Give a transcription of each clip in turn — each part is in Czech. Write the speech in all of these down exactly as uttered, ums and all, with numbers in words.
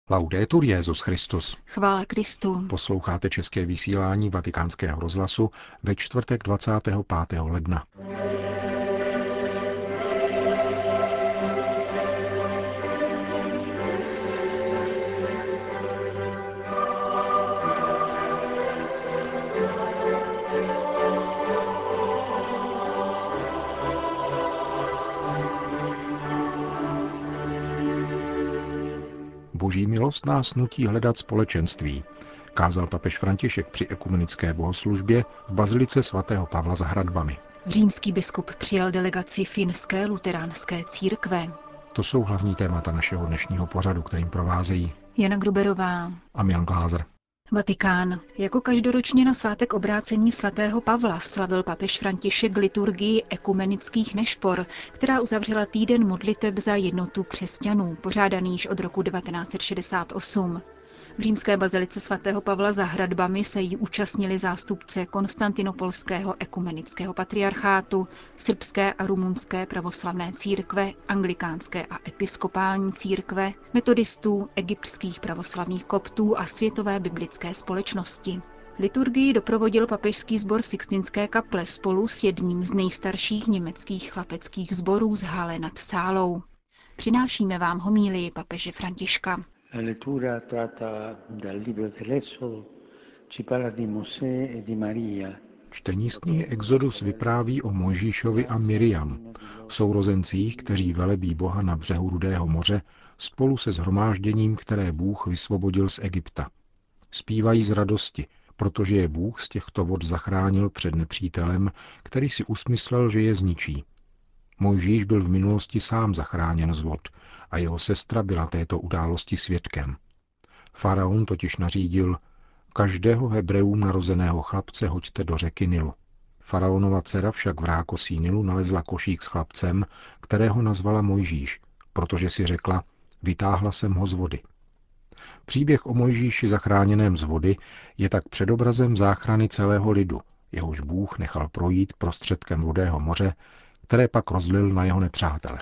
Laudetur Jesus Christus. Chvála Kristu. Posloucháte české vysílání Vatikánského rozhlasu ve čtvrtek dvacátého pátého ledna. Boží milost nás nutí hledat společenství, kázal papež František při ekumenické bohoslužbě v bazilice svatého Pavla za hradbami. Římský biskup přijal delegaci finské luteránské církve. To jsou hlavní témata našeho dnešního pořadu, kterým provázejí Jana Gruberová a Milan Glázer. Vatikán. Jako každoročně na svátek obrácení svatého Pavla slavil papež František liturgii ekumenických nešpor, která uzavřela týden modliteb za jednotu křesťanů, pořádaný již od roku devatenáct set šedesát osm. V římské bazilice svatého Pavla za hradbami se jí účastnili zástupce Konstantinopolského ekumenického patriarchátu, srbské a rumunské pravoslavné církve, anglikánské a episkopální církve, metodistů, egyptských pravoslavných koptů a světové biblické společnosti. Liturgii doprovodil papežský sbor Sixtinské kaple spolu s jedním z nejstarších německých chlapeckých sborů z Halle nad Sálou. Přinášíme vám homílii papeže Františka. La lettura tratta dal libro dell'Esodo, ci parla di Mosè e di Maria. Čtení z knihy Exodus vypráví o Mojžíšovi a Miriam, sourozencích, kteří velebí Boha na břehu Rudého moře, spolu se shromážděním, které Bůh vysvobodil z Egypta. Zpívají z radosti, protože je Bůh z těchto vod zachránil před nepřítelem, který si usmyslel, že je zničí. Mojžíš byl v minulosti sám zachráněn z vod a jeho sestra byla této události svědkem. Faraon totiž nařídil: každého Hebreům narozeného chlapce hoďte do řeky Nilu. Faraonova dcera však v rákosí Nilu nalezla košík s chlapcem, kterého nazvala Mojžíš, protože si řekla: vytáhla jsem ho z vody. Příběh o Mojžíši zachráněném z vody je tak předobrazem záchrany celého lidu, jehož Bůh nechal projít prostředkem Rudého moře, které pak rozlil na jeho nepřátele.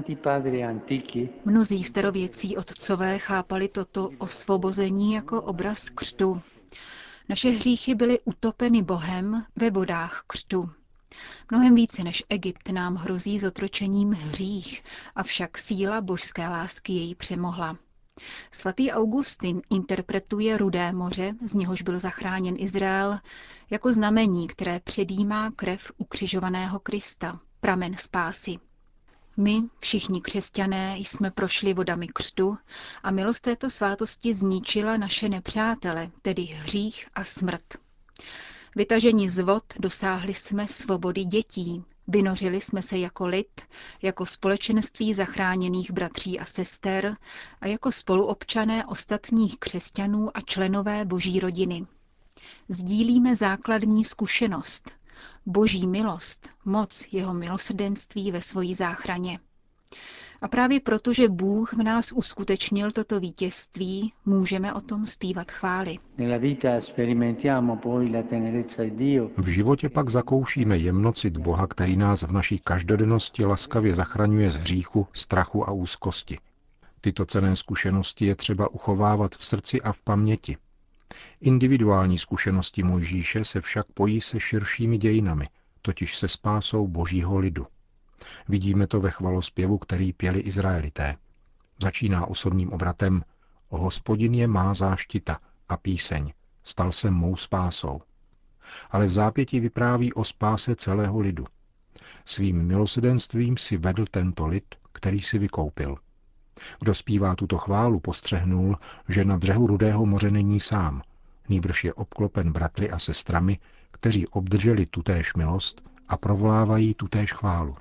Mnozí starověcí otcové chápali toto osvobození jako obraz křtu. Naše hříchy byly utopeny Bohem ve vodách křtu. Mnohem více než Egypt nám hrozí zotročením hřích, avšak síla božské lásky jej přemohla. Svatý Augustin interpretuje Rudé moře, z něhož byl zachráněn Izrael, jako znamení, které předjímá krev ukřižovaného Krista, pramen spásy. My, všichni křesťané, jsme prošli vodami křtu a milost této svátosti zničila naše nepřátele, tedy hřích a smrt. Vytaženi z vod dosáhli jsme svobody dětí, vynořili jsme se jako lid, jako společenství zachráněných bratří a sester a jako spoluobčané ostatních křesťanů a členové boží rodiny. Sdílíme základní zkušenost, boží milost, moc jeho milosrdenství ve svojí záchraně. A právě proto, že Bůh v nás uskutečnil toto vítězství, můžeme o tom zpívat chvály. V životě pak zakoušíme jemnocit Boha, který nás v naší každodennosti laskavě zachraňuje z hříchu, strachu a úzkosti. Tyto cenné zkušenosti je třeba uchovávat v srdci a v paměti. Individuální zkušenosti Mojžíše se však pojí se širšími dějinami, totiž se spásou božího lidu. Vidíme to ve chvalospěvu, který pěli Izraelité. Začíná osobním obratem: O Hospodin je má záštita, a píseň: Stal se mou spásou. Ale v zápětí vypráví o spáse celého lidu. Svým milosrdenstvím si vedl tento lid, který si vykoupil. Kdo zpívá tuto chválu, postřehnul, že na břehu Rudého moře není sám, nýbrž je obklopen bratry a sestrami, kteří obdrželi tutéž milost a provolávají tutéž chválu.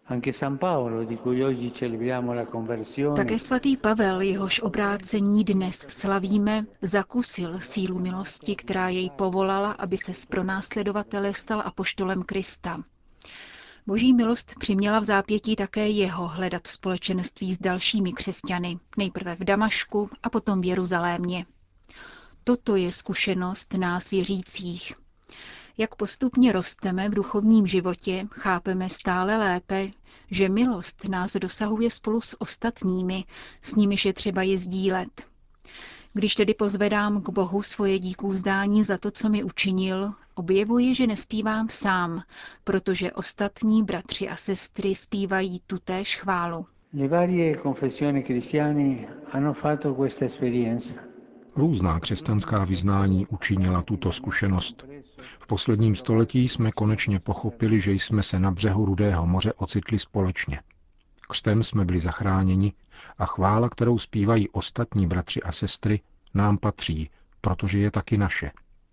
Také svatý Pavel, jehož obrácení dnes slavíme, zakusil sílu milosti, která jej povolala, aby se z pronásledovatele stal apoštolem Krista. Boží milost přiměla v zápětí také jeho hledat společenství s dalšími křesťany, nejprve v Damašku a potom v Jeruzalémě. Toto je zkušenost nás věřících. Jak postupně rosteme v duchovním životě, chápeme stále lépe, že milost nás dosahuje spolu s ostatními, s nimiž je třeba je sdílet. Když tedy pozvedám k Bohu svoje díkůvzdání za to, co mi učinil, objevuji, že nespívám sám, protože ostatní bratři a sestry zpívají tutéž chválu. Le varie confessioni cristiane hanno fatto questa esperienza. Různá křesťanská vyznání učinila tuto zkušenost. V posledním století jsme konečně pochopili, že jsme se na břehu Rudého moře ocitli společně. Křtem jsme byli zachráněni a chvála, kterou zpívají ostatní bratři a sestry, nám patří, protože je taky naše.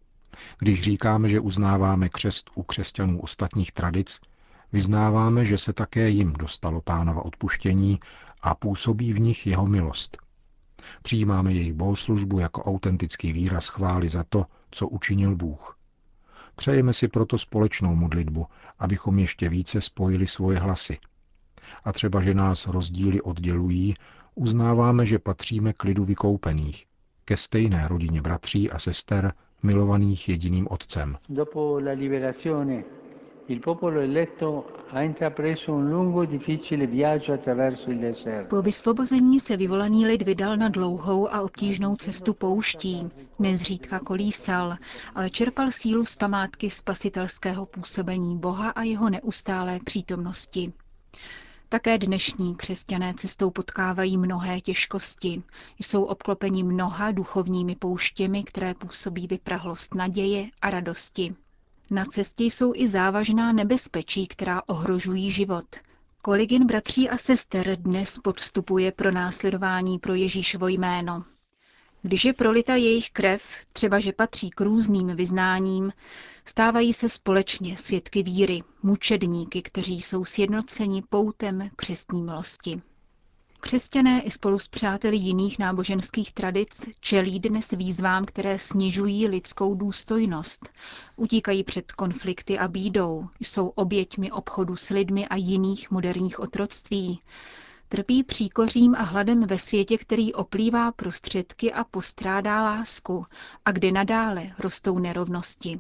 Když říkáme, že uznáváme křest u křesťanů ostatních tradic, vyznáváme, že se také jim dostalo Pánova odpuštění a působí v nich jeho milost. Přijímáme jejich bohoslužbu jako autentický výraz chvály za to, co učinil Bůh. Přejeme si proto společnou modlitbu, abychom ještě více spojili svoje hlasy. A třeba, že nás rozdíly oddělují, uznáváme, že patříme k lidu vykoupených, ke stejné rodině bratří a sester, milovaných jediným Otcem. Dopo la liberazione, il popolo eletto ha intrapreso un lungo e difficile viaggio attraverso il deserto. Po vysvobození se vyvolaný lid vydal na dlouhou a obtížnou cestu pouští. Nezřídka kolísal, ale čerpal sílu z památky spasitelského působení Boha a jeho neustálé přítomnosti. Také dnešní křesťané cestou potkávají mnohé těžkosti. Jsou obklopeni mnoha duchovními pouštěmi, které působí vyprahlost naděje a radosti. Na cestě jsou i závažná nebezpečí, která ohrožují život. Kolik jen bratří a sester dnes podstupuje pro následování pro Ježíšovo jméno. Když je prolita jejich krev, třeba že patří k různým vyznáním, stávají se společně svědky víry, mučedníky, kteří jsou sjednoceni poutem křestní milosti. Křesťané i spolu s přáteli jiných náboženských tradic čelí dnes výzvám, které snižují lidskou důstojnost, utíkají před konflikty a bídou, jsou oběťmi obchodu s lidmi a jiných moderních otroctví. Trpí příkořím a hladem ve světě, který oplývá prostředky a postrádá lásku a kde nadále rostou nerovnosti.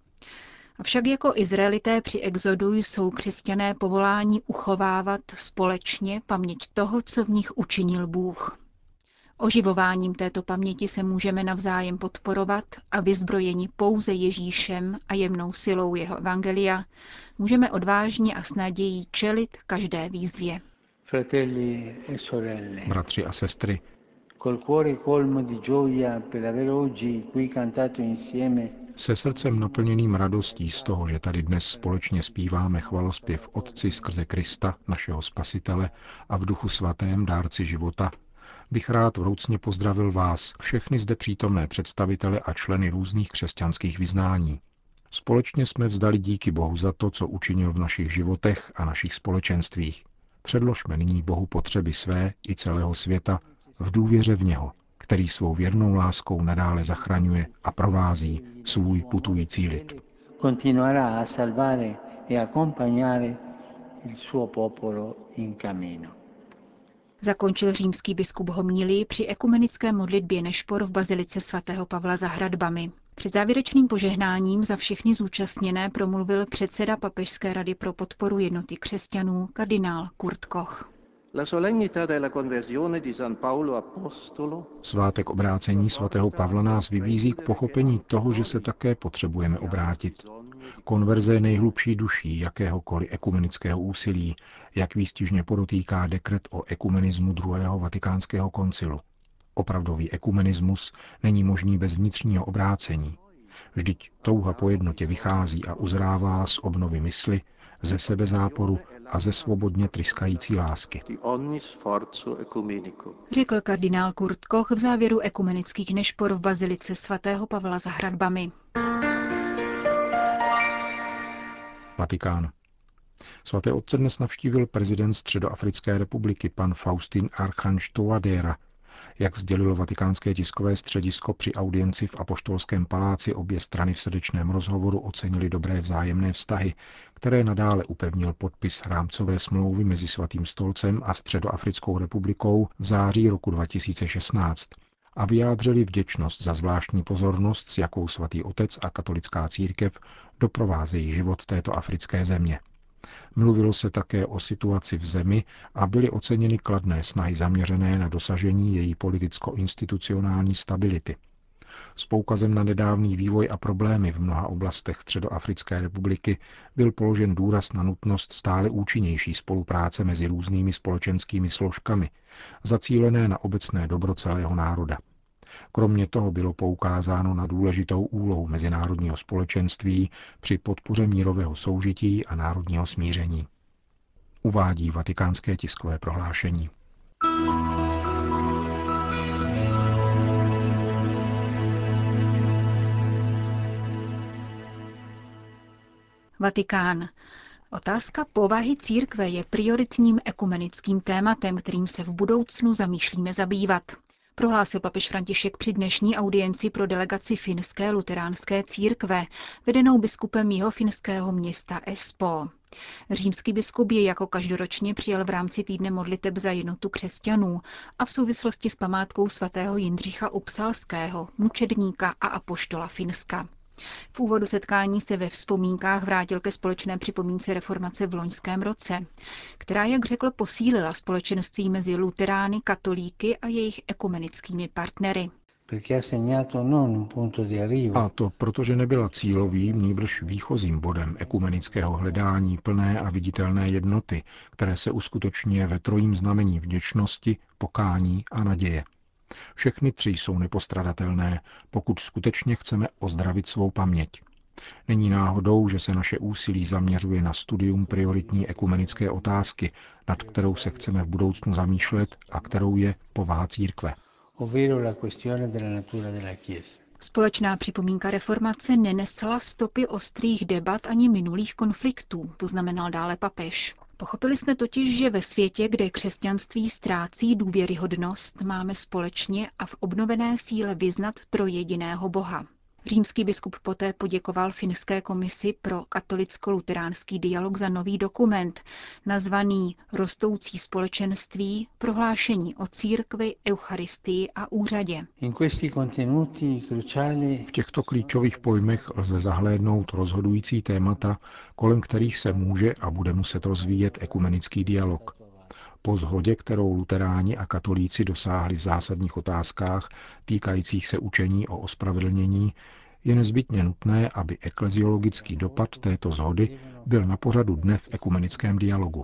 Avšak jako Izraelité při exodu jsou křesťané povoláni uchovávat společně paměť toho, co v nich učinil Bůh. Oživováním této paměti se můžeme navzájem podporovat a vyzbrojeni pouze Ježíšem a jemnou silou jeho evangelia můžeme odvážně a s nadějí čelit každé výzvě. Fratelli e sorelle, Bratři a sestry, col cuore colmo di gioia per aver oggi qui cantato insieme, se srdcem naplněným radostí z toho, že tady dnes společně zpíváme chvalospěv Otci skrze Krista, našeho Spasitele, a v Duchu Svatém, dárci života, bych rád vroucně pozdravil vás, všechny zde přítomné představitele a členy různých křesťanských vyznání. Společně jsme vzdali díky Bohu za to, co učinil v našich životech a našich společenstvích. Předložme nyní Bohu potřeby své i celého světa v důvěře v něho, který svou věrnou láskou nadále zachraňuje a provází svůj putující lid. continuerà a salvare e accompagnare il suo popolo in cammino. Zakončil římský biskup homílii při ekumenické modlitbě nešpor v bazilice svatého Pavla za hradbami. Před závěrečným požehnáním za všechny zúčastněné promluvil předseda Papežské rady pro podporu jednoty křesťanů kardinál Kurt Koch. Svátek obrácení svatého Pavla nás vybízí k pochopení toho, že se také potřebujeme obrátit. Konverze je nejhlubší duší jakéhokoliv ekumenického úsilí, jak výstižně podotýká dekret o ekumenismu druhého vatikánského koncilu. Opravdový ekumenismus není možný bez vnitřního obrácení. Vždyť touha po jednotě vychází a uzrává z obnovy mysli, ze sebezáporu a ze svobodně tryskající lásky. Řekl kardinál Kurt Koch v závěru ekumenických nešpor v bazilice svatého Pavla za hradbami. Vatikán. Svaté otce dnes navštívil prezident Středoafrické republiky pan Faustin Archange Touadéra. Jak sdělilo vatikánské tiskové středisko, při audienci v Apoštolském paláci obě strany v srdečném rozhovoru ocenili dobré vzájemné vztahy, které nadále upevnil podpis rámcové smlouvy mezi Svatým stolcem a Středoafrickou republikou v září roku dva tisíce šestnáct a vyjádřili vděčnost za zvláštní pozornost, s jakou Svatý otec a katolická církev doprovázejí život této africké země. Mluvilo se také o situaci v zemi a byly oceněny kladné snahy zaměřené na dosažení její politicko-institucionální stability. S poukazem na nedávný vývoj a problémy v mnoha oblastech Středoafrické republiky byl položen důraz na nutnost stále účinnější spolupráce mezi různými společenskými složkami, zacílené na obecné dobro celého národa. Kromě toho bylo poukázáno na důležitou úlohu mezinárodního společenství při podpoře mírového soužití a národního smíření. Uvádí Vatikánské tiskové prohlášení. Vatikán. Otázka povahy církve je prioritním ekumenickým tématem, kterým se v budoucnu zamýšlíme zabývat, prohlásil papež František při dnešní audienci pro delegaci finské luteránské církve, vedenou biskupem jihofinského města Espoo. Římský biskup je jako každoročně přijal v rámci týdne modliteb za jednotu křesťanů a v souvislosti s památkou svatého Jindřicha Upsalského, mučedníka a apoštola Finska. V úvodu setkání se ve vzpomínkách vrátil ke společné připomínce reformace v loňském roce, která, jak řekl, posílila společenství mezi luterány, katolíky a jejich ekumenickými partnery. A to protože nebyla cílovým, nýbrž výchozím bodem ekumenického hledání plné a viditelné jednoty, které se uskutečňuje ve trojím znamení vděčnosti, pokání a naděje. Všechny tři jsou nepostradatelné, pokud skutečně chceme ozdravit svou paměť. Není náhodou, že se naše úsilí zaměřuje na studium prioritní ekumenické otázky, nad kterou se chceme v budoucnu zamýšlet a kterou je povaha církve. Společná připomínka reformace nenesla stopy ostrých debat ani minulých konfliktů, poznamenal dále papež. Pochopili jsme totiž, že ve světě, kde křesťanství ztrácí důvěryhodnost, máme společně a v obnovené síle vyznat trojjediného Boha. Římský biskup poté poděkoval finské komisi pro katolicko-luteránský dialog za nový dokument, nazvaný Rostoucí společenství, prohlášení o církvi, eucharistii a úřadě. V těchto klíčových pojmech lze zahlédnout rozhodující témata, kolem kterých se může a bude muset rozvíjet ekumenický dialog. Po shodě, kterou luteráni a katolíci dosáhli v zásadních otázkách týkajících se učení o ospravedlnění, je nezbytně nutné, aby ekleziologický dopad této shody byl na pořadu dne v ekumenickém dialogu.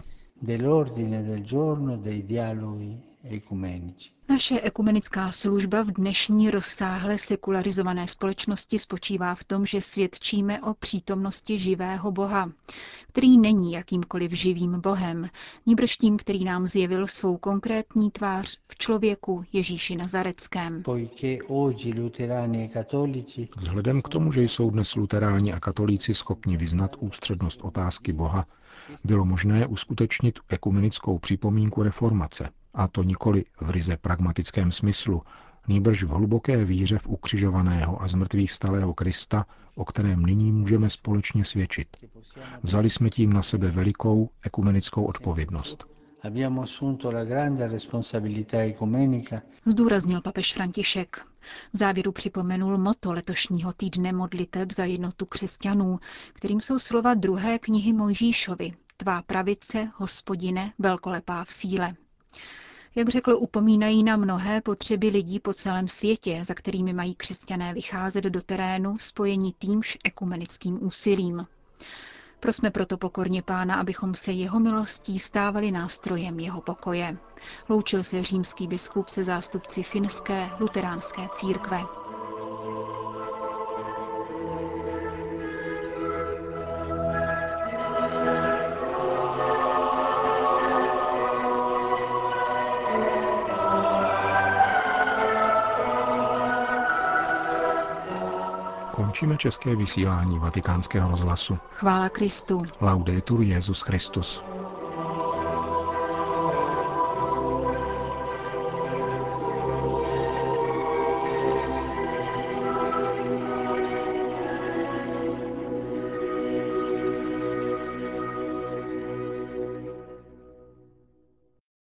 Naše ekumenická služba v dnešní rozsáhle sekularizované společnosti spočívá v tom, že svědčíme o přítomnosti živého Boha, který není jakýmkoliv živým Bohem, nýbrž tím, který nám zjevil svou konkrétní tvář v člověku Ježíši Nazareckém. Vzhledem k tomu, že jsou dnes luteráni a katolíci schopni vyznat ústřednost otázky Boha, bylo možné uskutečnit ekumenickou připomínku reformace, a to nikoli v ryze pragmatickém smyslu, nýbrž v hluboké víře v ukřižovaného a zmrtvých vstalého Krista, o kterém nyní můžeme společně svědčit. Vzali jsme tím na sebe velikou ekumenickou odpovědnost. Zdůraznil papež František. V závěru připomenul motto letošního týdne modliteb za jednotu křesťanů, kterým jsou slova druhé knihy Mojžíšovi. Tvá pravice, Hospodine, velkolepá v síle. Jak řekl, upomínají na mnohé potřeby lidí po celém světě, za kterými mají křesťané vycházet do terénu spojení týmž ekumenickým úsilím. Prosme proto pokorně Pána, abychom se jeho milostí stávali nástrojem jeho pokoje. Loučil se římský biskup se zástupci finské luteránské církve. Končíme české vysílání Vatikánského rozhlasu. Chvála Kristu. Laudetur Jesus Christus.